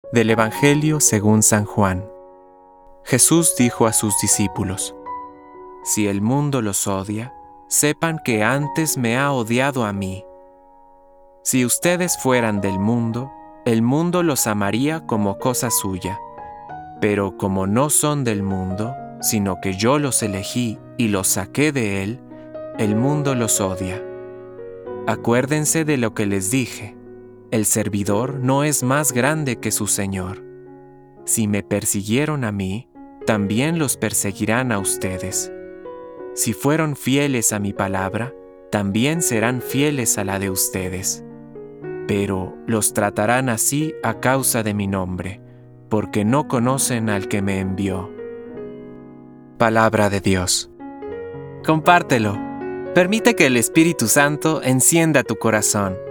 Del Evangelio según San Juan. Jesús dijo a sus discípulos: Si el mundo los odia, sepan que antes me ha odiado a mí. Si ustedes fueran del mundo, el mundo los amaría como cosa suya. Pero como no son del mundo, sino que yo los elegí y los saqué de él, el mundo los odia. Acuérdense de lo que les dije: el servidor no es más grande que su Señor. Si me persiguieron a mí, también los perseguirán a ustedes. Si fueron fieles a mi palabra, también serán fieles a la de ustedes. Pero los tratarán así a causa de mi nombre, porque no conocen al que me envió. Palabra de Dios. Compártelo. Permite que el Espíritu Santo encienda tu corazón.